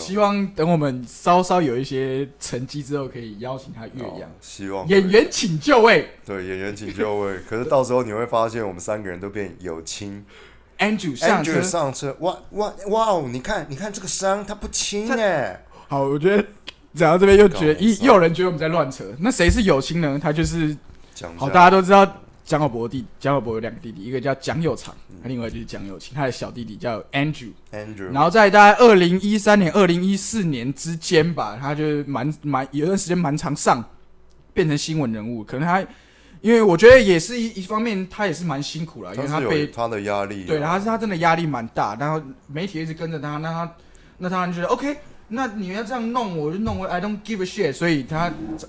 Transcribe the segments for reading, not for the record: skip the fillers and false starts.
希望等我们稍稍有一些成绩之后，可以邀请他岳阳。 希望演员请就位。 对，演员请就位。可是到时候你会发现，我们3个人都变有亲。 Andrew 上车， 哇哦！你看这个伤，他不轻哎。 好，我觉得讲到这边又觉得又有人觉得我们在乱扯。那谁是有亲呢？他就是好，大家都知道蒋友柏有2个弟弟，一个叫蒋友长，另外就是蒋友清，他的小弟弟叫 Andrew。然后在大概2013年、2014年之间吧，他就有段时间蛮常上，变成新闻人物。可能他。因为我觉得也是一方面，他也是蛮辛苦了，因为他被他的压力， 对，他真的压力蛮大，然后媒体一直跟着他，那他就觉得 OK， 那你要这样弄，我就弄，I don't give a shit， 所以他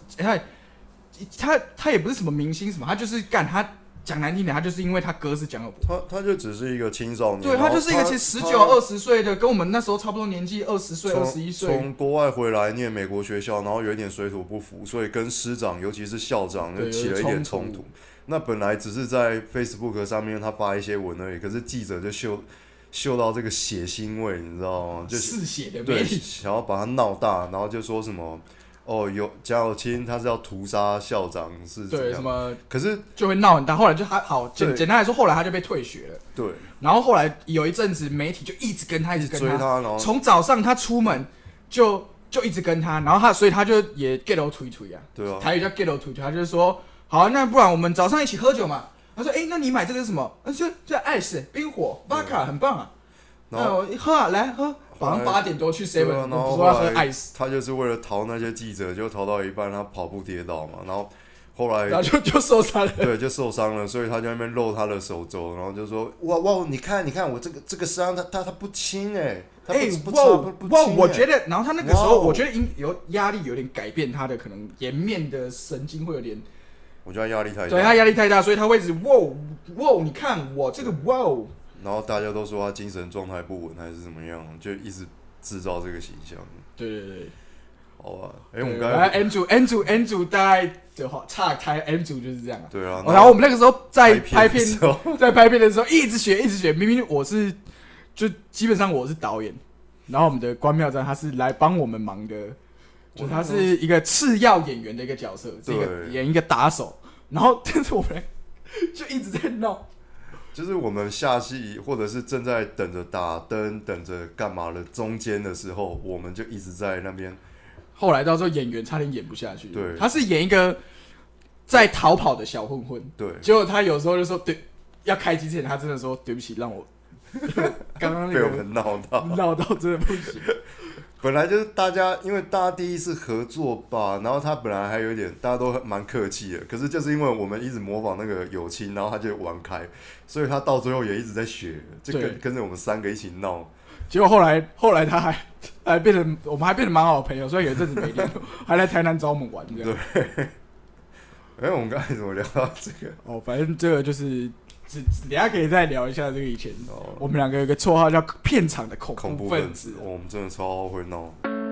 也不是什么明星什么，他就是干他讲难听点，他就是因为他哥是蒋友柏， 他就只是一个青少年， 对他就是一个其实19、20岁的，跟我们那时候差不多年纪，20岁、21岁， 从国外回来念美国学校，然后有一点水土不服，所以跟师长，尤其是校长，就起了一点冲突。那本来只是在 Facebook 上面他发一些文而已，可是记者就嗅到这个血腥味，你知道吗？就嗜血的魅力， 想要把它闹大，然后就说什么。有蒋友清，他是要屠杀校长，是对什么？ 可是就会闹很大。后来就好简单来说，后来他就被退学了。 对。 然后后来有一阵子，媒体就一直跟他， 追他，然后从早上他出门就一直跟他，然后所以他就也 get 到推啊。 对啊。 台语叫 get 到推，他就是说，好，那不然我们早上一起喝酒嘛。他说，那你买这个是什么？就爱士冰火 vodka 很棒啊。喝啊，来喝。早上8点多去 7， 然后说要喝 ice， 他就是为了逃那些记者，就逃到一半，他跑步跌倒嘛，然后后来就受伤了， 对，就受伤了，所以他就在那边露他的手肘，然后就说哇，你看我这个伤，他不轻哎， 哇，我觉得，然后他那个时候，我觉得有压力有点改变他的可能颜面的神经会有点， 我觉得他压力太大， 对他压力太大，所以他会一直哇，你看我这个哇。 然后大家都说他精神状态不稳还是怎么样，就一直制造这个形象。 对， 好吧，我们刚才 Andrew 大概就岔开 Andrew 就是这样。 对啊， 然后我们那个时候在拍片的时候一直学，明明我是就基本上我是导演，然后我们的关妙站他是来帮我们忙的，就他是一个次要演员的一个角色，演一个打手，然后但是我们就一直在闹。 就是我们下戏或者是正在等着打灯、等着干嘛的中间的时候，我们就一直在那边。 后来到时候演员差点演不下去， 对， 他是演一个在逃跑的小混混， 对， 结果他有时候就说对，要开机之前他真的说对不起，让我刚刚被我们闹到真的不行。 本来就是大家，因为大家第一次合作吧，然后他本来还有点，大家都蛮客气的，可是就是因为我们一直模仿那个友情，然后他就玩开，所以他到最后也一直在学，就跟着我们3个一起闹。 结果后来他还变成，我们还变得蛮好的朋友，所以有一阵子没联络，还来台南找我们玩这样。 对，我们刚才怎么聊到这个？ 反正这个就是。等一下可以再聊一下这个以前，我们2个有个绰号叫片场的恐怖分子， 我们真的超会闹。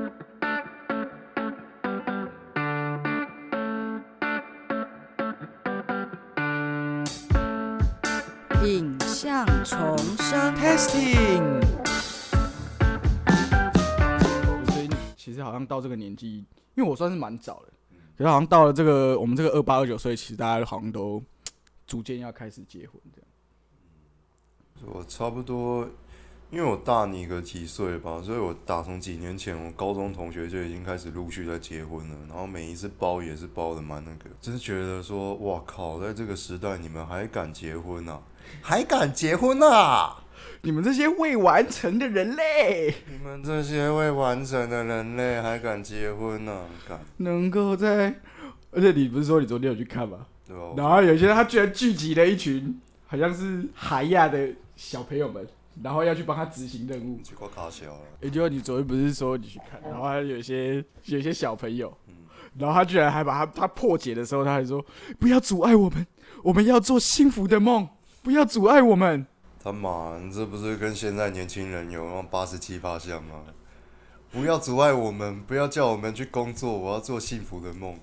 影像重生 testing， 所以其实好像到这个年纪，因为我算是蛮早的，可是好像到了这个我们这个28、29岁，其实大家好像都。逐渐要开始结婚，这样。 我差不多，因为我大你个几岁吧，所以我打从几年前，我高中同学就已经开始陆续在结婚了，然后每一次包也是包的蛮那个，真是觉得说，哇靠，在这个时代你们还敢结婚啊？还敢结婚啊？ 你们这些未完成的人类！ 你们这些未完成的人类还敢结婚啊？敢？ 能够在，而且你不是说你昨天有去看吗？ 对吧？ 然后有些人他居然聚集了一群好像是海亚的小朋友们，然后要去帮他执行任务。 结果卡小了。 结果你昨天不是说你去看，然后还有一些小朋友，然后他居然还把他破解的时候，他还说不要阻碍我们，我们要做幸福的梦，不要阻碍我们。 他妈，你这不是跟现在年轻人有那种87%像吗？不要阻碍我们，不要叫我们去工作，我要做幸福的梦。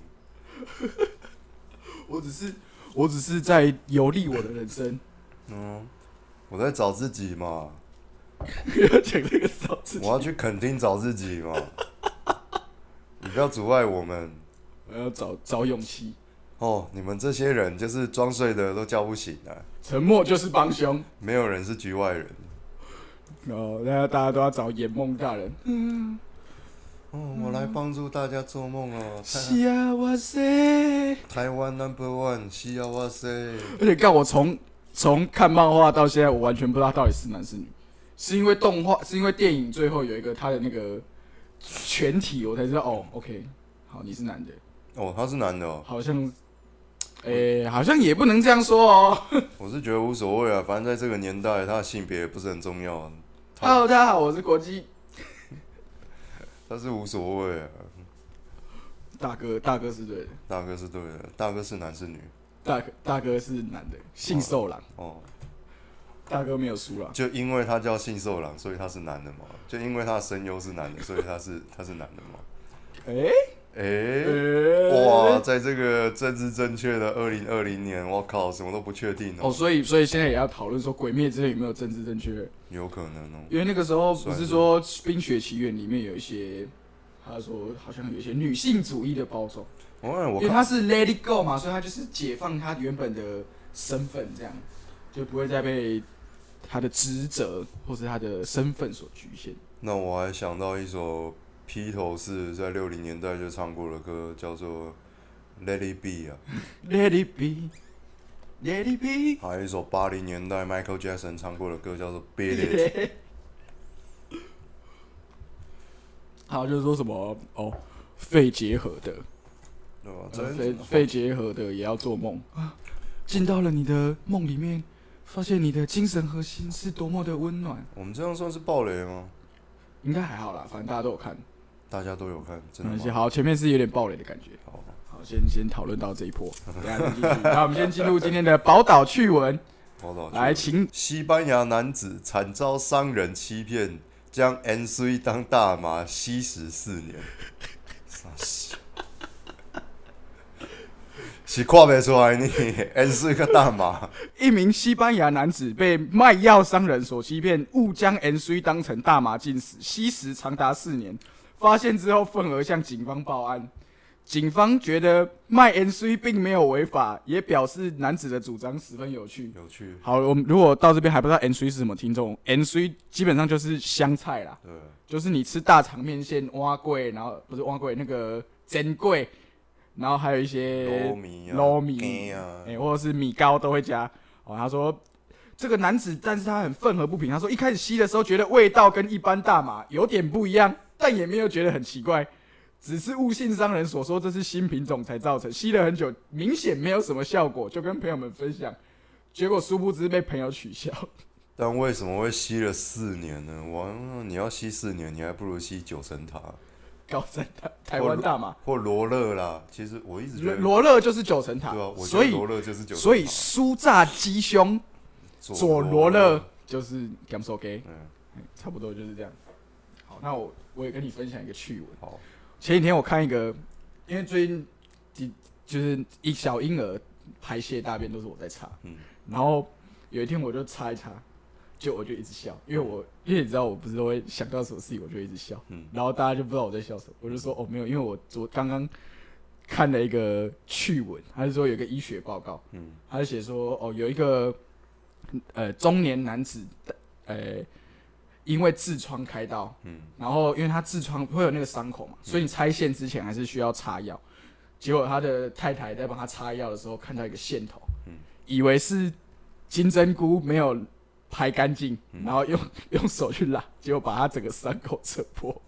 我只是在游历我的人生。 我在找自己嘛。 要讲这个找自己， 我要去垦丁找自己嘛。你不要阻碍我们。 我要找勇气。 哦，你们这些人就是装睡的都叫不醒啊！ 沉默就是帮凶， 没有人是局外人。 大家都要找圆梦大人。 我来帮助大家做梦哦。 幸せ。 台湾 No.1，幸せ。 而且干我从看漫画到现在，我完全不知道他到底是男是女，是因为动画，是因为电影最后有一个他的那个全体，我才知道哦 ，OK， 好，你是男的。 哦，他是男的哦。 好像。好像也不能这样说哦。 我是觉得无所谓啊，反正在这个年代，他的性别也不是很重要。 Hello， 大家好，我是国基。 他是无所谓啊。 大哥是对的。 大哥是对的，大哥是男是女？ 大哥是男的，姓寿郎。 哦。 大哥没有输了。 就因为他叫姓寿郎，所以他是男的嘛？就因为他的声优是男的，所以他是男的嘛？哇，在这个政治正确的2020年，我靠，什么都不确定哦。 所以现在也要讨论说，《鬼灭之刃》有没有政治正确？ 有可能哦。 因为那个时候不是说《冰雪奇缘》里面有一些，他说好像有一些女性主义的包装。因为他是 Let It Go 嘛，所以他就是解放他原本的身份，这样就不会再被他的职责或是他的身份所局限。 那我还想到一首。披头士在60年代就唱过的歌，叫做《Let It Be》啊。 Let it be, Let it be。 还有一首80年代 Michael Jackson 唱过的歌，叫做《Beat It》。 还有就是说什么肺结核的，对吧？肺结核的也要做梦啊，进到了你的梦里面，发现你的精神核心是多么的温暖。 我们这样算是爆雷吗？ 应该还好啦，反正大家都有看。 大家都有看，真的吗？ 好，前面是有点爆雷的感觉。好，先讨论到这一波，等一下再继续。那我们先进入今天的宝岛趣闻。来，请西班牙男子惨遭商人欺骗，将 N3 当大麻吸食4年。是看不出来呢 ，N3 个大麻。 一名西班牙男子被卖药商人所欺骗，误将 N3 当成大麻进食，吸食长达4年。发现之后，愤而向警方报案。警方觉得卖 N3 并没有违法，也表示男子的主张十分有趣。好，我们如果到这边还不知道 N3 是什么听众 ，N3 基本上就是香菜啦。对，就是你吃大肠面线、碗粿，然后不是碗粿那个煎粿，然后还有一些糯米或者是米糕都会加。他说这个男子，但是他很愤而不平。他说一开始吸的时候觉得味道跟一般大麻有点不一样。但也没有觉得很奇怪，只是误信商人所说这是新品种才造成，吸了很久，明显没有什么效果，就跟朋友们分享，结果殊不知被朋友取笑。 但为什么会吸了4年呢？你要吸4年，你还不如吸九层塔、 高山塔、台湾大麻或罗勒啦。其实我一直觉得罗勒就是九层塔， 对啊，我觉得罗勒就是九层塔。 所以酥炸鸡胸佐罗勒就是甘肃鸡，差不多就是这样。好，那我也跟你分享一个趣闻。好，前几天我看一个，因为最近就是一小婴儿排泄大便都是我在擦，然后有一天我就擦一擦，我就一直笑，因为你知道我不是都会想到什么事情我就一直笑，然后大家就不知道我在笑什么，我就说没有，因为我刚刚看了一个趣闻，他是说有一个医学报告，他就写说有一个中年男子因为痔疮开刀，然后因为他痔疮会有那个伤口嘛，所以你拆线之前还是需要擦药。结果他的太太在帮他擦药的时候，看到一个线头，以为是金针菇没有排干净，然后用手去拉，结果把他整个伤口扯破。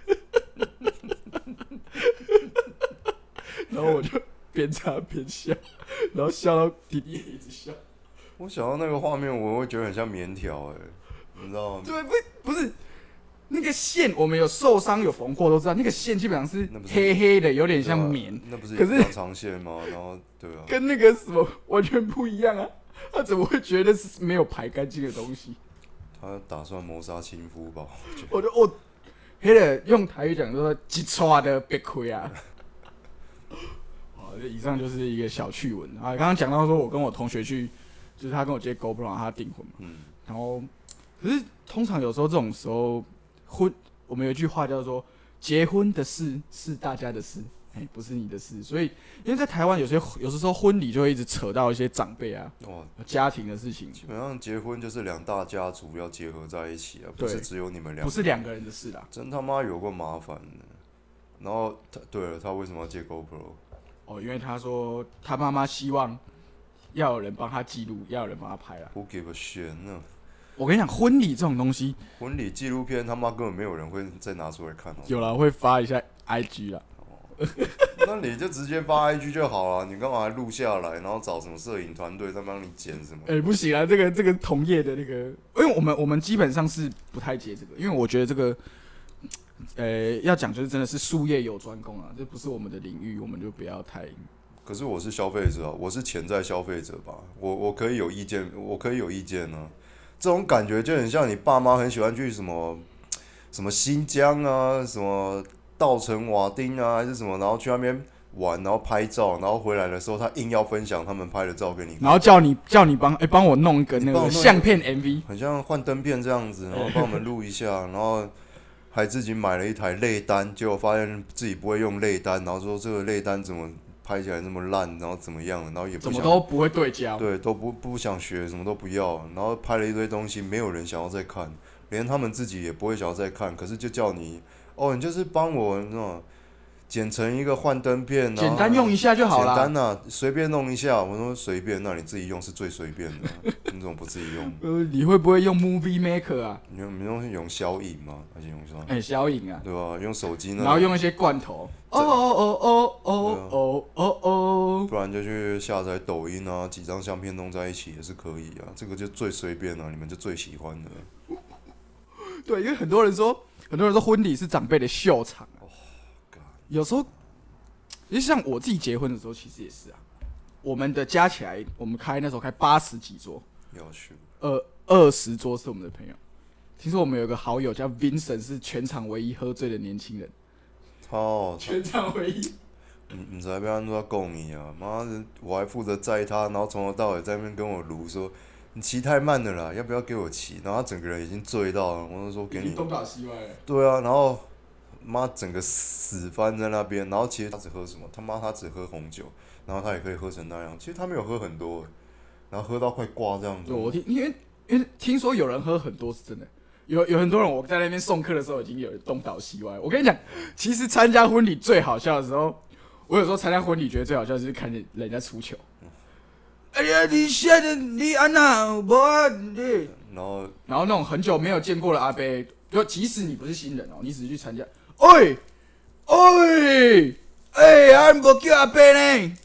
然后我就边擦边笑，然后笑到弟弟也一直笑。 我想到那个画面，我会觉得很像棉条你知道吗？ 对，不是那个线，我们有受伤有缝过都知道，那个线基本上是黑黑的，有点像棉。 那不是一条长线吗？然后对啊， 跟那个什么完全不一样啊！他怎么会觉得是没有排干净的东西？ 他打算谋杀亲夫吧？ 我觉得黑的用台语讲说“一撮的别亏啊”。好，以上就是一个小趣闻啊。刚刚讲到说我跟我同学去，就是他跟我借 GoPro， 他订婚嘛，然后可是通常有时候这种时候我们有一句话叫做结婚的事是大家的事，不是你的事。所以因为在台湾有时候婚礼就会一直扯到一些长辈啊、家庭的事情。 基本上结婚就是两大家族要结合在一起啊，不是只有你们两个， 不是2个人的事啦。 真他妈有够麻烦的。然后他为什么要借 GoPro？ 因为他说他妈妈希望要有人帮他记录，要有人帮他拍啦。 Who give a shit 呢？ 我跟你讲，婚礼这种东西， 婚礼纪录片他妈根本没有人会再拿出来看。 有啦，会发一下 IG 啦。 那你就直接发 IG 就好了，你干嘛还录下来，然后找什么摄影团队在帮你剪什么？ 不行啊，这个同业的那个，因为我们基本上是不太接这个，因为我觉得这个，要讲就是真的是术业有专攻啊，这不是我们的领域，我们就不要太。 可是我是消费者啊，我是潜在消费者吧，我可以有意见，啊。这种感觉就很像你爸妈很喜欢去什么新疆啊，什么稻城瓦丁啊，还是什么，然后去那边玩，然后拍照，然后回来的时候他硬要分享他们拍的照给你看， 然后叫你帮我弄一个那个相片 MV， 很像幻灯片这样子，然后帮我们录一下，然后还自己买了一台类单，结果发现自己不会用类单，然后说这个类单怎么拍起来那么烂，然后怎么样，然后也不想怎么都不会对焦， 对，都不想学，什么都不要，然后拍了一堆东西，没有人想要再看，连他们自己也不会想要再看，可是就叫你，你就是帮我那种剪成一个幻灯片， 简单用一下就好了， 简单啊，随便弄一下。我说随便，那你自己用是最随便的，你怎么不自己用？ 你会不会用 Movie Maker 啊？ 你用小影吗？还是用什么？ 小影啊， 对吧？用手机呢？ 然后用一些罐头， 不然就去下载抖音啊，几张相片弄在一起也是可以啊。这个就最随便了，你们就最喜欢的。 对，因为很多人说婚礼是长辈的秀场啊。有时候，其实像我自己结婚的时候，其实也是啊。我们的加起来，我们那时候开80几桌，20桌是我们的朋友。听说我们有个好友叫 Vincent， 是全场唯一喝醉的年轻人。全场唯一。 你知道要安怎讲你啊？妈的，我还负责载他，然后从头到尾在那边跟我撸说。你骑太慢了啦，要不要给我骑？然后他整个人已经醉到了，我就说给你。 东倒西歪了。 对啊，然后妈整个死翻在那边，然后其实他只喝什么？他只喝红酒，然后他也可以喝成那样。其实他没有喝很多，然后喝到快挂这样子。 我因为听说有人喝很多是真的，有很多人我在那边送客的时候已经有人东倒西歪。我跟你讲，其实参加婚礼最好笑的时候，我有时候参加婚礼觉得最好笑就是看见人家出糗。哎呀，你现在你安娜不你？然后那种很久没有见过的阿伯，就即使你不是新人你只是去参加，俺不叫阿伯呢，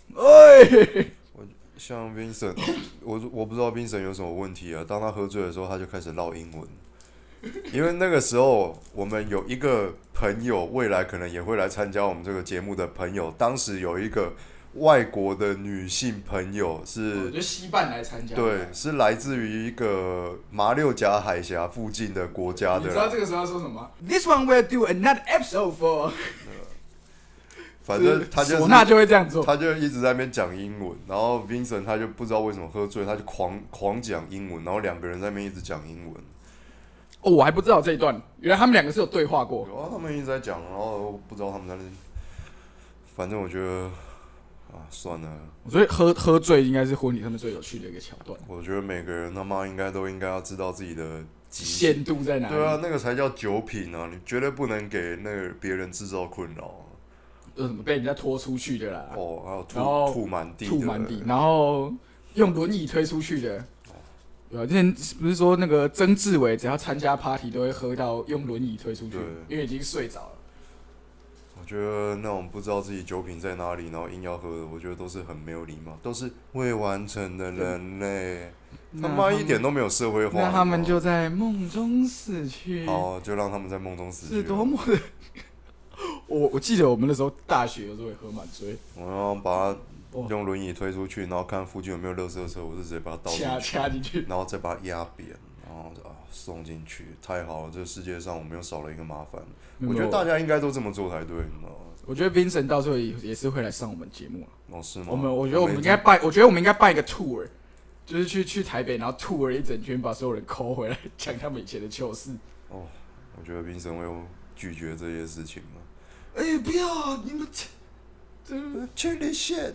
像 Vincent， 我不知道 Vincent 有什么问题啊。当他喝醉的时候，他就开始唠英文，因为那个时候我们有一个朋友，未来可能也会来参加我们这个节目的朋友，当时有一个。外国的女性朋友是， 就西半来参加， 对，是来自于一个马六甲海峡附近的国家的。 你知道这个时候要说什么吗 ？This one will do another episode for。 反正他就是唢呐就会这样做， 他就一直在那边讲英文，然后 Vincent 他就不知道为什么喝醉，他就狂讲英文，然后2个人在那边一直讲英文。 我还不知道这一段，原来他们2个是有对话过。 有啊，他们一直在讲，然后不知道他们在那。反正我觉得。算了。 我觉得喝醉应该是婚礼上面最有趣的一个桥段。 我觉得每个人他妈应该要知道自己的限度在哪里。 对啊，那个才叫酒品啊！你绝对不能给那个别人制造困扰。 有什么被人家拖出去的啦？ 还有吐满地， 然后用轮椅推出去的。对啊，之前不是说那个曾志伟只要参加 party 都会喝到用轮椅推出去，因为已经睡着了。 我觉得那种不知道自己酒品在哪里，然后硬要喝的，我觉得都是很没有礼貌，都是未完成的人类，他妈一点都没有社会化。 那他们就在梦中死去。 就让他们在梦中死去。 是多么的。我记得我们那时候大学有时候会喝满醉。 我要把他用轮椅推出去，然后看附近有没有垃圾车，我就直接把它倒进去， 然后再把它压扁，然后送进去。太好了，这个世界上我们又少了一个麻烦。我觉得大家应该都这么做才对，你知道吗？ 我觉得 Vincent 到时候也是会来上我们节目是吗？ 我觉得我们应该办一个 tour， 就是去台北，然后吐了一整圈，把所有人抠回来，讲他们以前的糗事。 哦，我觉得评审会拒绝这些事情吗？ 不要你们去你线。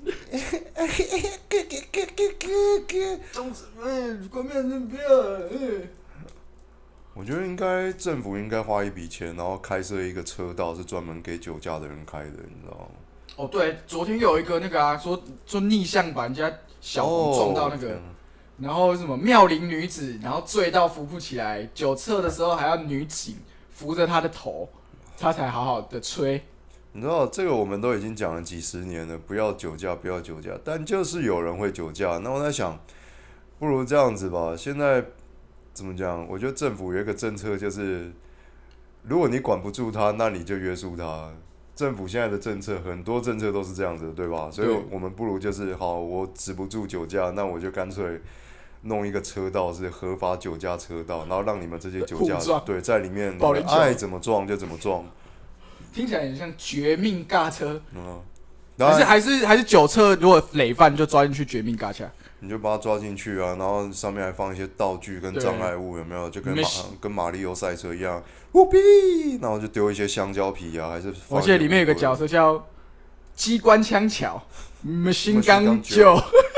中指关面人不要。 我觉得政府应该花一笔钱，然后开设一个车道，是专门给酒驾的人开的，你知道吗？ 哦，对，昨天有一个那个啊，说逆向把人家小红撞到那个，然后什么妙龄女子，然后醉到扶不起来，酒测的时候还要女警扶着她的头，她才好好的吹。 你知道这个我们都已经讲了几十年了，不要酒驾，不要酒驾，但就是有人会酒驾。那我在想，不如这样子吧，现在。怎么讲？我觉得政府有一个政策，就是如果你管不住他，那你就约束他。政府现在的政策，很多政策都是这样子的，对吧？所以我们不如就是好，我止不住酒驾，那我就干脆弄一个车道是合法酒驾车道，然后让你们这些酒驾对在里面爱怎么撞就怎么撞。 听起来很像绝命尬车。还是酒测，如果累犯就抓进去绝命尬掐。 你就把它抓进去啊，然后上面还放一些道具跟障碍物，有没有？就跟马里奥赛车一样，呼哔，然后就丢一些香蕉皮啊，还是我记得里面有个角色叫机关枪桥，Machine Gun Joe，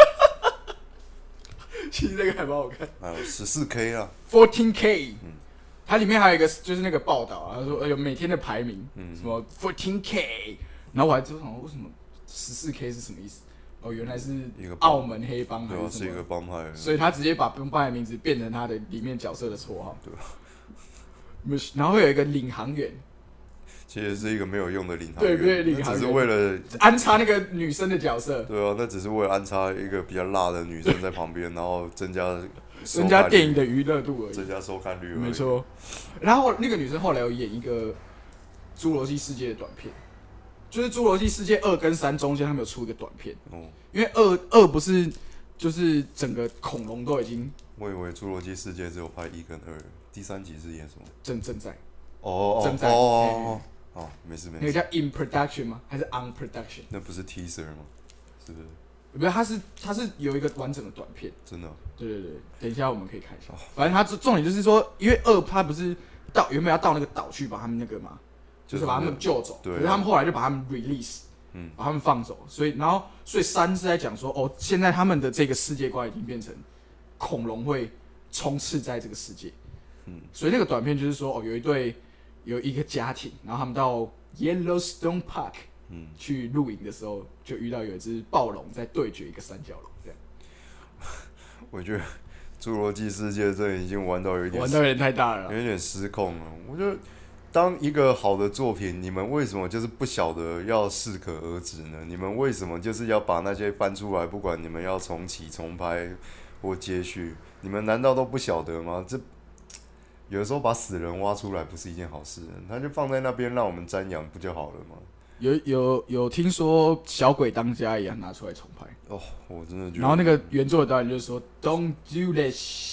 其实那个还蛮好看。 还有14K 啊 ，14K，它里面还有一个就是那个报道啊，他说有每天的排名，什么 14K， 然后我还知道为什么14K 是什么意思。哦，原来是澳门黑帮还是什么？ 是一个帮派， 所以他直接把帮派的名字变成他的里面角色的绰号。对。然后会有一个领航员， 其实是一个没有用的领航员， 对，领航员只是为了安插那个女生的角色。 对啊，那只是为了安插一个比较辣的女生在旁边，然后增加电影的娱乐度而已， 增加收看率而已。 没错。然后那个女生后来有演一个《侏罗纪世界》的短片。就是《侏罗纪世界2》跟3中间，他们有出一个短片。因为二不是就是整个恐龙都已经。 我以为《侏罗纪世界》只有拍1跟2，第3集是演什么？ 正在。 正在。没事。 那个叫 in production 吗？还是 on production？ 那不是 teaser 吗？是不是？ 不是，它是有一个完整的短片。 真的？ 对，等一下我们可以看一下。反正它重点就是说，因为2它不是原本要到那个岛去把他们那个嘛。就是把他们救走，可是他们后来就把他们 release，把他们放走，所以3是在讲说，现在他们的这个世界观已经变成恐龙会充斥在这个世界，所以那个短片就是说，有一个家庭，然后他们到 Yellowstone Park，去露营的时候，就遇到有一只暴龙在对决一个三角龙，这样。 我觉得《侏罗纪世界》这已经玩到有点太大了， 有点失控了，我觉得。当一个好的作品，你们为什么就是不晓得要适可而止呢？你们为什么就是要把那些翻出来，不管你们要重启、重拍或接续，你们难道都不晓得吗？这有的时候把死人挖出来不是一件好事，他就放在那边让我们瞻仰不就好了吗？ 有听说小鬼当家也要拿出来重拍哦，我真的觉得。 然后那个原作的导演就说 ，Don't do that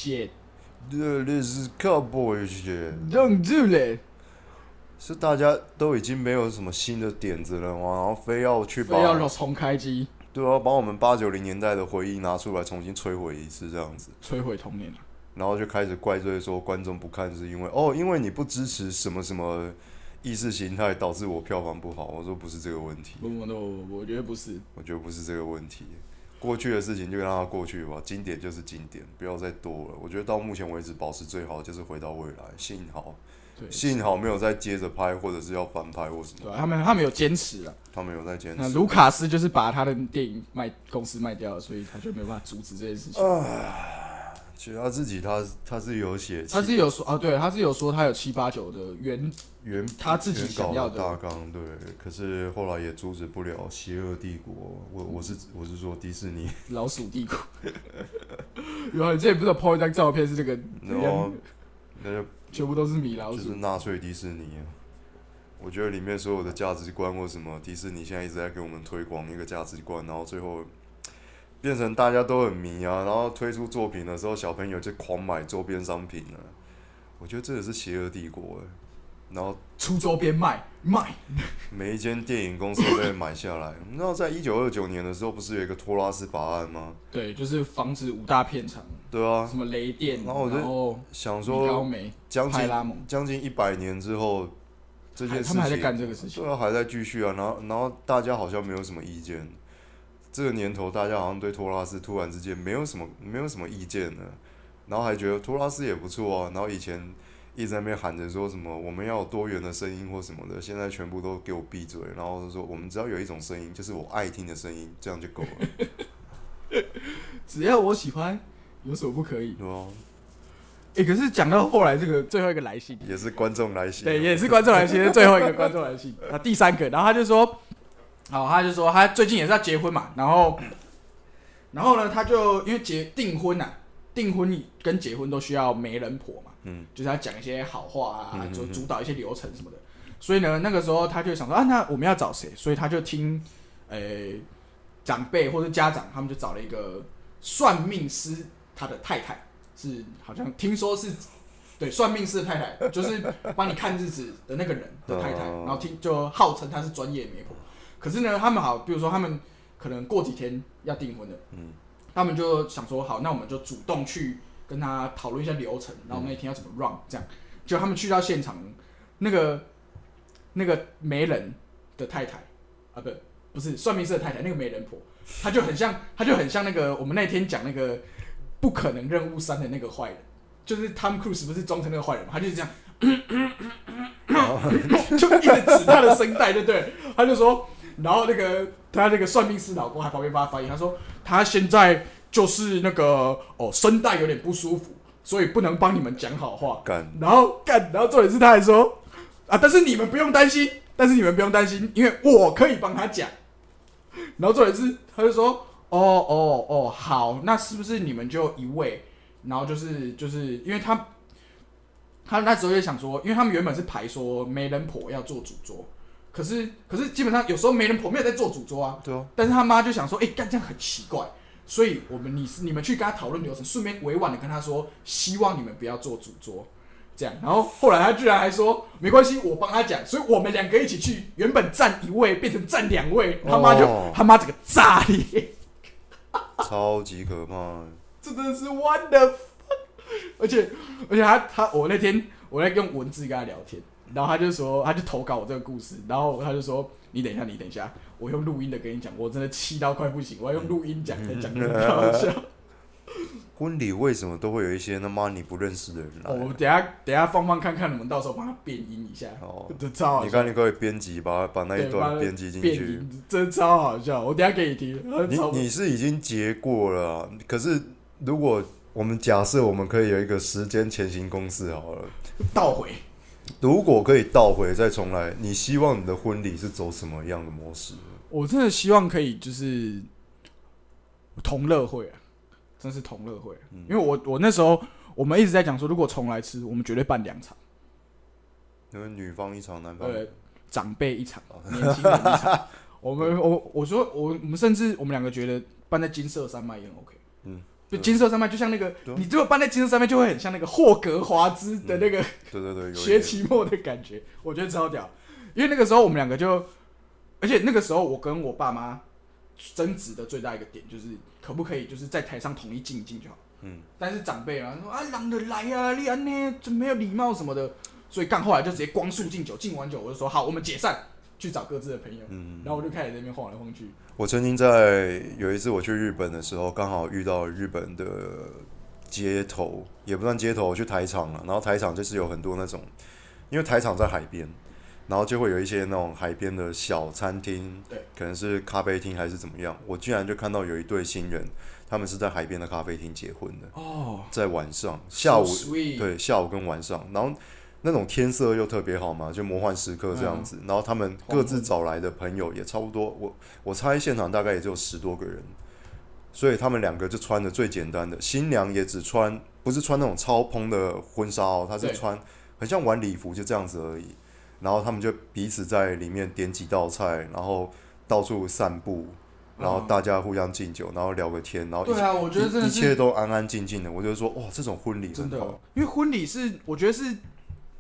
shit。This is cowboy shit. Don't do that. 是大家都已经没有什么新的点子了吗？然后非要重开机， 对啊，把我们80、90年代的回忆拿出来重新摧毁一次，这样子摧毁童年， 然后就开始怪罪说观众不看是因为你不支持什么什么意识形态导致我票房不好。我说不是这个问题， 我觉得不是， 我觉得不是这个问题。过去的事情就让它过去吧，经典就是经典，不要再多了。我觉得到目前为止保持最好的就是回到未来，幸好没有再接着拍，或者是要翻拍或什么。 对，他们有坚持了。 他们有在坚持。 那卢卡斯就是把他的电影公司卖掉了，所以他就没有办法阻止这件事情。 其实他自己他是有写， 他是有说对，他是有说他有7、8、9的原他自己想要的大纲，对。可是后来也阻止不了邪恶帝国。我是说迪士尼老鼠帝国。有，你之前不是有 po 一张照片是这个， 那就。 全部都是米老鼠， 就是纳粹迪士尼啊！我觉得里面所有的价值观或什么，迪士尼现在一直在给我们推广一个价值观，然后最后变成大家都很迷啊，然后推出作品的时候，小朋友就狂买周边商品了。我觉得这也是邪恶帝国然后出周边卖， 每一间电影公司都被买下来。你知道在1929年的时候，不是有一个托拉斯法案吗？ 对，就是防止5大片场。 对啊， 什么雷电， 然后我就想说，将近100年之后，这件事情他们还在干这个事情， 对啊，还在继续啊。然后大家好像没有什么意见。这个年头，大家好像对托拉斯突然之间没有什么意见了，然后还觉得托拉斯也不错啊。然后以前一直在那边喊着说什么我们要有多元的声音或什么的，现在全部都给我闭嘴，然后就说我们只要有一种声音，就是我爱听的声音，这样就够了。 只要我喜欢。有什么不可以？ 对啊。 可是讲到后来这个最后一个来信， 也是观众来信。 对，也是观众来信，最后一个观众来信。第3个，然后他就说，他最近也是要结婚嘛，然后呢，他就因为订婚跟结婚都需要媒人婆嘛，就是要讲一些好话啊，就主导一些流程什么的。所以呢，那个时候他就想说那我们要找谁？所以他就听长辈或者家长，他们就找了一个算命师。他的太太是好像听说是对算命师的太太，就是帮你看日子的那个人的太太，然后就号称他是专业媒婆。可是呢，他们比如说他们可能过几天要订婚了，他们就想说好，那我们就主动去跟他讨论一下流程，然后那一天要怎么 run 这样。就他们去到现场，那个媒人的太太啊，不是算命师的太太，那个媒人婆，他就很像那个我们那天讲那个。不可能任务3的那个坏人，就是 Tom Cruise 不是装成那个坏人吗？他就是这样，就一直指他的声带，对不对？他就说，然后他那个算命师老公还旁边帮他翻译，他说他现在就是那个声带有点不舒服，所以不能帮你们讲好话。然后重点是他还说但是你们不用担心，因为我可以帮他讲。然后重点是他就说。好，那是不是你们就一位？然后就是因为他那时候也想说，因为他们原本是排说媒人婆要做主桌，可是基本上有时候媒人婆没有在做主桌啊。 对啊。 但是他妈就想说，干这样很奇怪，所以你们去跟他讨论流程，顺便委婉的跟他说，希望你们不要做主桌。这样，然后后来他居然还说没关系，我帮他讲，所以我们2个一起去，原本站1位变成站2位，他妈整个炸裂。 超级可怕， 这真的是 what the fuck！ 而且我那天我在用文字跟他聊天，然后他就投稿我这个故事，然后他就说你等一下，我用录音的跟你讲，我真的气到快不行，我要用录音讲才讲得很好笑。 婚礼为什么都会有一些他妈你不认识的人来？ 我等下放看，我们到时候帮他变音一下。这超好笑。 你看，你可以编辑把那一段编辑进去， 真超好笑。我等下给你听。 你是已经结过了啊，可是如果我们假设我们可以有一个时间前行公式好了， 倒回。 如果可以倒回再重来，你希望你的婚礼是走什么样的模式？ 我真的希望可以就是同乐会啊。真是同乐会，因为我那时候我们一直在讲说，如果重来吃，我们绝对办2场， 因为女方1场，男方长辈1场，年轻人1场。我说我们甚至我们2个觉得办在金色山脉也很 OK。就金色山脉就像那个，你如果办在金色山脉，就会很像那个霍格华兹的那个对学期末的感觉，我觉得超屌。因为那个时候我们2个就，而且那个时候我跟我爸妈争执的最大一个点就是。可不可以就是在台上统一敬就好？但是长辈啊说人就来啊，你安呢怎么没有礼貌什么的，所以后来就直接光速敬酒，敬完酒我就说好，我们解散，去找各自的朋友。然后我就开始在那边晃来晃去。 我曾经在有一次我去日本的时候，刚好遇到日本的街头，也不算街头，我去台场了。然后台场就是有很多那种，因为台场在海边。然后就会有一些那种海边的小餐厅， 对， 可能是咖啡厅还是怎么样。我居然就看到有一对新人，他们是在海边的咖啡厅结婚的。在晚上，下午，对，下午跟晚上，然后那种天色又特别好嘛，就魔幻时刻这样子。然后他们各自找来的朋友也差不多，我猜现场大概也就10多个人，所以他们2个就穿的最简单的，新娘也只穿，不是穿那种超蓬的婚纱哦，她是穿很像晚礼服，就这样子而已。然后他们就彼此在里面点几道菜，然后到处散步，然后大家互相敬酒，然后聊个天，然后对啊，我觉得真的是一切都安安静静的。我就说哇，这种婚礼真的，因为婚礼是我觉得是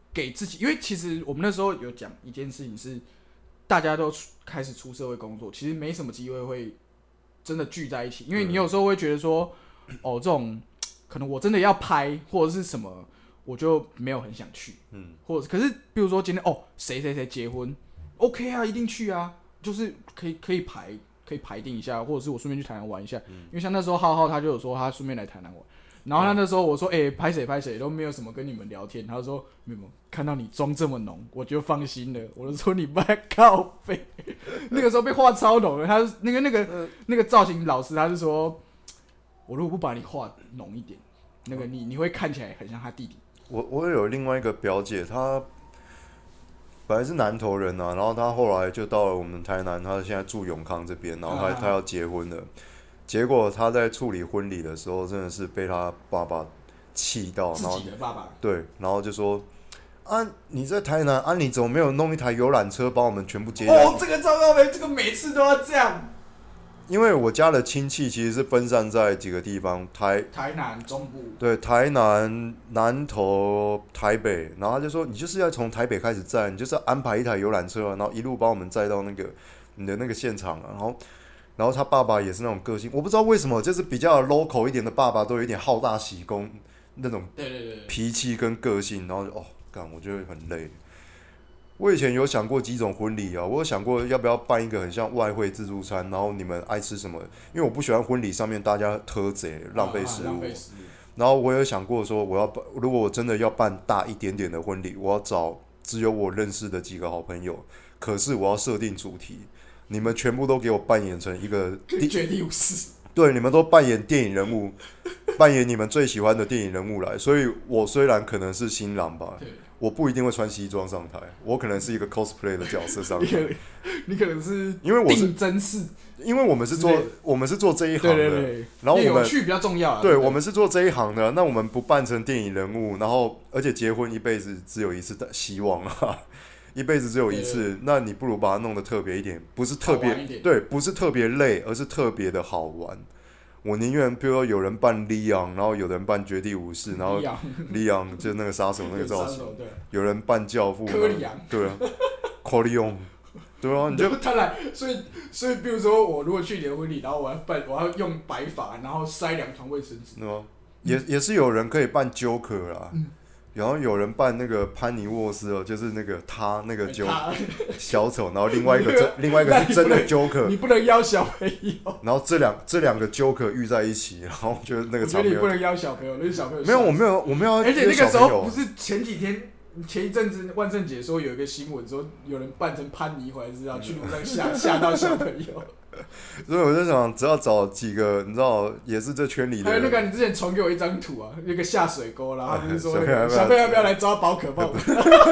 给自己，因为其实我们那时候有讲一件事情是，大家都开始出社会工作，其实没什么机会会真的聚在一起，因为你有时候会觉得说，哦，这种可能我真的要拍或者是什么，我就没有很想去，或者可是比如说今天谁谁谁结婚 ，OK 啊，一定去啊，就是可以排定一下，或者是我顺便去台南玩一下，因为像那时候浩浩他就有说他顺便来台南玩。然后他那时候我说拍谁都没有什么跟你们聊天，他就说没有，看到你妆这么浓，我就放心了。我就说你不要靠背，那个时候被画超浓了。他那个造型老师他是说，我如果不把你画浓一点，那个你会看起来很像他弟弟。 我有另外一个表姐，她本来是南投人啊，然后她后来就到了我们台南，她现在住永康这边，然后她要结婚了。结果他在处理婚礼的时候，真的是被他爸爸气到， 自己的爸爸对，然后就说：“啊，你在台南啊，你怎么没有弄一台游览车把我们全部接下来？” 这个糟糕没，这个每次都要这样。 因为我家的亲戚其实是分散在几个地方，台南中部， 对，台南、南投、台北，然后他就说：“你就是要从台北开始载，你就是要安排一台游览车，然后一路把我们载到你的那个现场啊，然后他爸爸也是那种个性，我不知道为什么，就是比较 local 一点的爸爸都有一点好大喜功那种脾气跟个性，然后我觉得很累。我以前有想过几种婚礼啊，我有想过要不要办一个很像外汇自助餐，然后你们爱吃什么，因为我不喜欢婚礼上面大家偷贼浪费食物。然后我有想过说，如果我真的要办大一点点的婚礼，我要找只有我认识的几个好朋友，可是我要设定主题。你们全部都给我扮演成一个绝地武士， 对，你们都扮演电影人物，扮演你们最喜欢的电影人物来。所以我虽然可能是新郎吧，我不一定会穿西装上台，我可能是一个 cosplay 的角色上台。 你可能是因为我是定真式， 因为我们是做这一行的， 对， 然后有趣比较重要啊。 对，我们是做这一行的，那我们不扮成电影人物，然后而且结婚一辈子只有一次的希望啊。一辈子只有一次，那你不如把它弄得特别一点，不是特别对，不是特别累，而是特别的好玩。我宁愿比如说有人扮李昂，然后有人扮绝地武士，然后李昂就是那个杀手那个造型，有人扮教父， 柯里昂， 对啊，柯里昂，对啊，你就当然，所以，比如说我如果去你的婚礼，然后我要用白发，然后塞2团卫生纸， 也是有人可以扮 Joker 啦。然后有人扮那个潘尼沃斯就是那个他那个小丑，然后另外一个是真的 Joker， 你不能邀小朋友。然后这两个 Joker 遇在一起，然后觉得那个场面， 我觉得你不能邀小朋友，那是小朋友。 没有，我没有。 而且那个时候不是前一阵子万圣节说有一个新闻说有人扮成潘妮回来是要去路上吓到小朋友。 所以我就想，只要找几个你知道也是这圈里的人。 还有那个你之前传给我一张图啊，那个下水沟，然后他不是说小朋友要不要来抓宝可梦？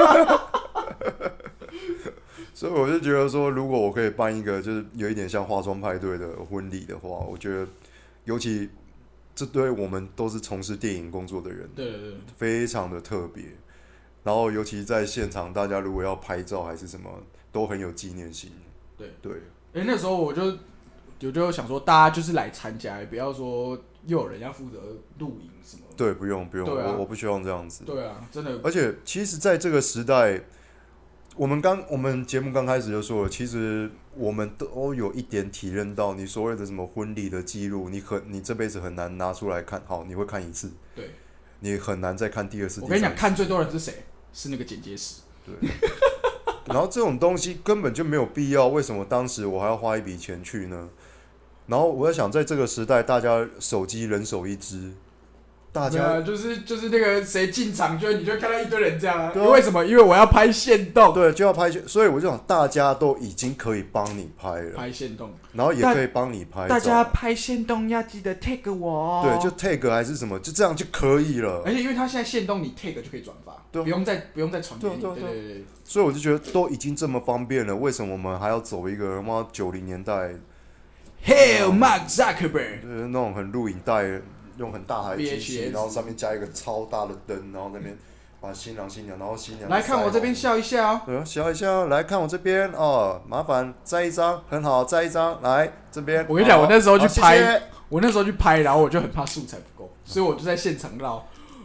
所以我就觉得说，如果我可以办一个就是有一点像化妆派对的婚礼的话，我觉得尤其这对我们都是从事电影工作的人， 对， 非常的特别。然后尤其在现场，大家如果要拍照还是什么，都很有纪念性。对。 那时候我就想说，大家就是来参加，不要说又有人要负责录影什么。对， 不用，我不希望这样子。 对啊，真的。 而且其实，在这个时代，我们节目刚开始就说了，其实我们都有一点体认到，你所谓的什么婚礼的记录，你这辈子很难拿出来看。好，你会看一次， 对， 你很难再看第二次。 我跟你讲，看最多人是谁？是那个剪接师。 对。然后这种东西根本就没有必要，为什么当时我还要花一笔钱去呢？然后我在想，在这个时代，大家手机人手一支，大家就是那个谁进场，你就看到一堆人这样啊。为什么？因为我要拍限动， 对，就要拍所以我就想，大家都已经可以帮你拍了， 拍限动， 然后也可以帮你拍照。 大家拍限动要记得 tag 我， 对，就 tag 还是什么，就这样就可以了。 而且因为他现在限动，你 tag 就可以转发，对，不用再传给你，对。 所以我就觉得都已经这么方便了，为什么我们还要走一个90年代 Hell Mark Zuckerberg， 就是那种很录影带，用很大台机器，然后上面加一个超大的灯，然后那边把新郎新娘，然后新娘来看我这边笑一下哦， 对，笑一下，来看我这边哦，麻烦摘一张，很好，摘一张，来这边。 我跟你讲，我那时候去拍， 谢谢然后我就很怕素材不够，所以我就在现场绕。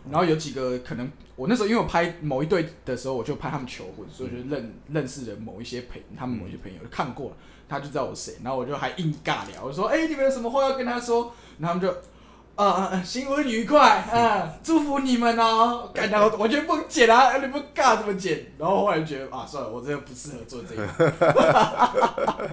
然后有几个可能我那时候因为我拍某一对的时候，我就拍他们求婚，所以就认识了某一些他们某一些朋友看过了，他就知道我谁，然后我就还硬尬聊，我说你们有什么话要跟他说？然后他们就新婚愉快，祝福你们哦。干到完全不剪啊，你不尬怎么剪？然后后来就觉得算了，我真的不适合做这个。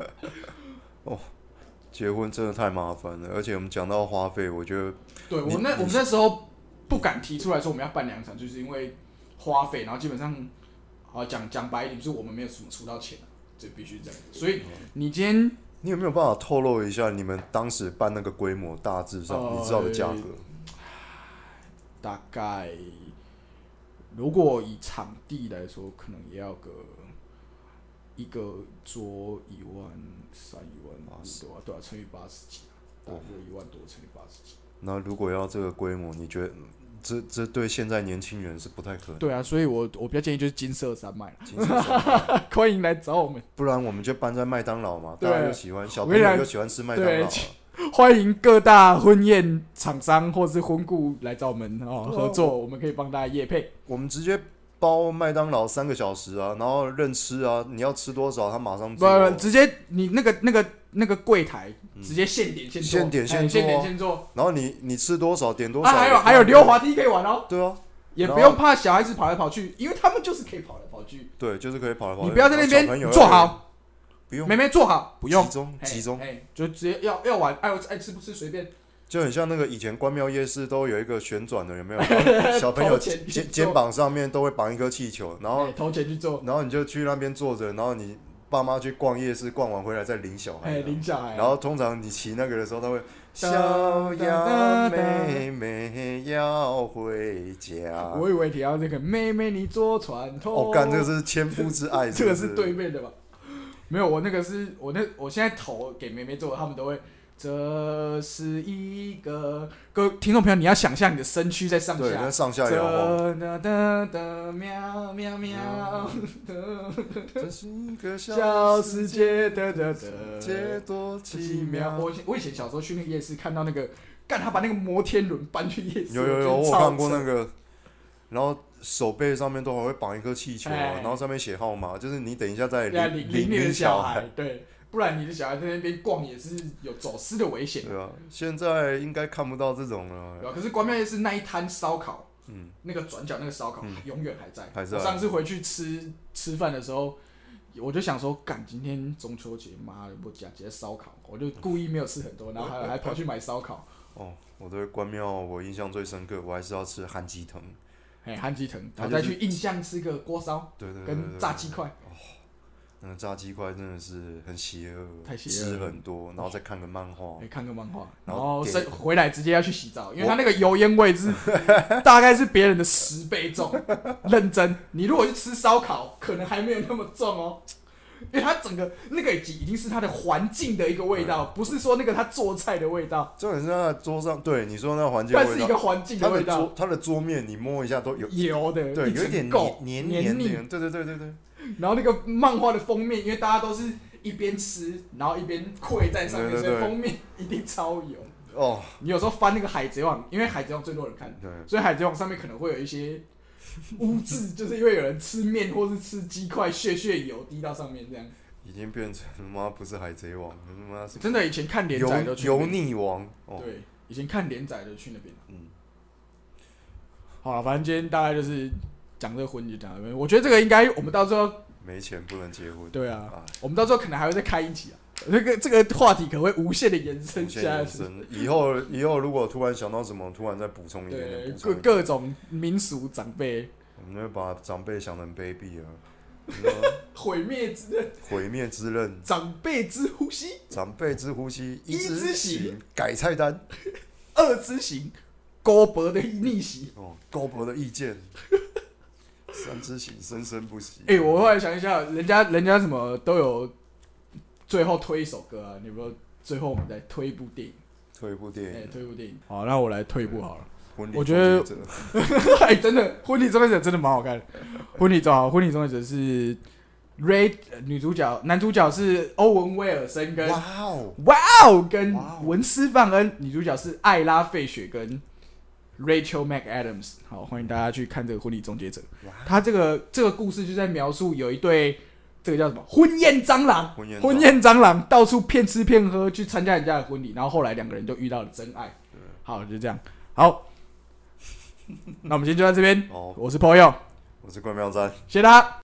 结婚真的太麻烦了，而且我们讲到花费，我觉得对我们那时候不敢提出来说我们要办2场，就是因为花费，然后基本上讲白一点，就是我们没有什么出到钱，这必须这样。所以你今天你有没有办法透露一下你们当时办那个规模大致上你知道的价格？ 大概如果以场地来说，可能也要一个桌1万3、1万5多，对啊，乘以80几，大概就1万多乘以80几。 那如果要这个规模，你觉得这对现在年轻人是不太可能？ 对啊，所以我比较建议就是金色山脉，欢迎来找我们。 不然我们就搬在麦当劳嘛，大家就喜欢，小朋友就喜欢吃麦当劳。 欢迎各大婚宴厂商或是婚顾来找我们合作，我们可以帮大家业配。 我们直接包麦当劳3个小时啊，然后任吃啊，你要吃多少他马上做。 不，直接你那个柜台直接现点现做， 然后你吃多少点多少。 还有溜滑梯可以玩哦。 对啊， 也不用怕小孩子跑来跑去，因为他们就是可以跑来跑去。 对，就是可以跑来跑去。 你不要在那边坐好， 不用。 妹妹坐好，不用集中， 就直接要玩，爱吃不吃随便。 就很像那个以前关庙夜市都有一个旋转的，有没有？小朋友肩膀上面都会绑一颗气球，然后投钱去做， 然后你就去那边坐着，然后你爸妈去逛夜市，逛完回来再领小孩。 领小孩。 然后通常你骑那个的时候，他会小羊妹妹要回家。 我以为提到这个妹妹你坐船头。 干，这个是千夫之爱。 这个是对面的吧？没有，我那个是我现在头给妹妹做，他们都会。这是一个各位听众朋友，你要想象你的身躯在上下， 对，在上下摇晃。 喵喵喵， 这是一个小世界的界多奇妙。 我以前小时候去那个夜市，看到那个他把那个摩天轮搬去夜市， 有，我看过那个，然后手背上面都还会绑一颗气球，然后上面写号码，就是你等一下再领你的小孩， 对。不然你的小孩在那边逛也是有走私的危险。 对啊，现在应该看不到这种了。 对啊，可是关庙夜市那一摊烧烤，那个转角那个烧烤永远还在。我上次回去吃饭的时候，我就想说，干今天中秋节，妈的不加直接烧烤，我就故意没有吃很多，然后还跑去买烧烤。 我对关庙我印象最深刻，我还是要吃韩鸡藤。 韩鸡藤，然后再去印象吃个锅烧， 对， 跟炸鸡块。 那个炸鸡块真的是很邪恶， 太邪恶了， 吃很多，然后再看个漫画， 然后回来直接要去洗澡，因为它那个油烟味是大概是别人的10倍重，认真。你如果去吃烧烤，可能还没有那么重哦，因为它整个那个已经是它的环境的一个味道，不是说那个它做菜的味道。 重点是它的桌上，对你说那个环境的味道， 它是一个环境的味道。 它的桌面你摸一下都有油的， 对，有一点黏腻，对。 然后那个漫画的封面，因为大家都是一边吃，然后一边跪在上面，所以封面一定超油。你有时候翻那个海贼王，因为海贼王最多人看，所以海贼王上面可能会有一些污渍，就是因为有人吃面或是吃鸡块，血油滴到上面这样。 已经变成妈不是海贼王，妈真的以前看连载都去油腻王。 对，以前看连载都去那边。好了，反正今天大概就是讲这个婚就讲到这边。我觉得这个应该我们到时候没钱不能结婚。 对啊，我们到时候可能还会再开一集啊。这个话题可能会无限的延伸下去。 以后如果突然想到什么，突然再补充一点。 对，各种民俗长辈， 我们会把长辈想成卑鄙啊。 毁灭之刃， 长辈之呼吸， 一之行，改菜单 ，2之行，高博的逆袭， 高博的意见，3之行，生生不息。 我后来想一下，人家什么都有，最后推一首歌啊，你说最后我们再推一部电影，推一部电影。好，那我来推一部好了。我觉得，真的《婚礼终结者》真的蛮好看的。婚礼终结者是 Ray 男主角是欧文威尔森跟哇哦跟文斯范恩，女主角是艾拉费雪跟 Rachel McAdams。好，欢迎大家去看这个婚礼终结者。他这个故事就在描述有一对这个叫什么婚宴蟑螂，婚宴蟑螂到处骗吃骗喝去参加人家的婚礼，然后后来2个人就遇到了真爱。好，就这样。好，那我们今天就到这边。我是 Poyo， 我是关妙哉， 谢谢大家。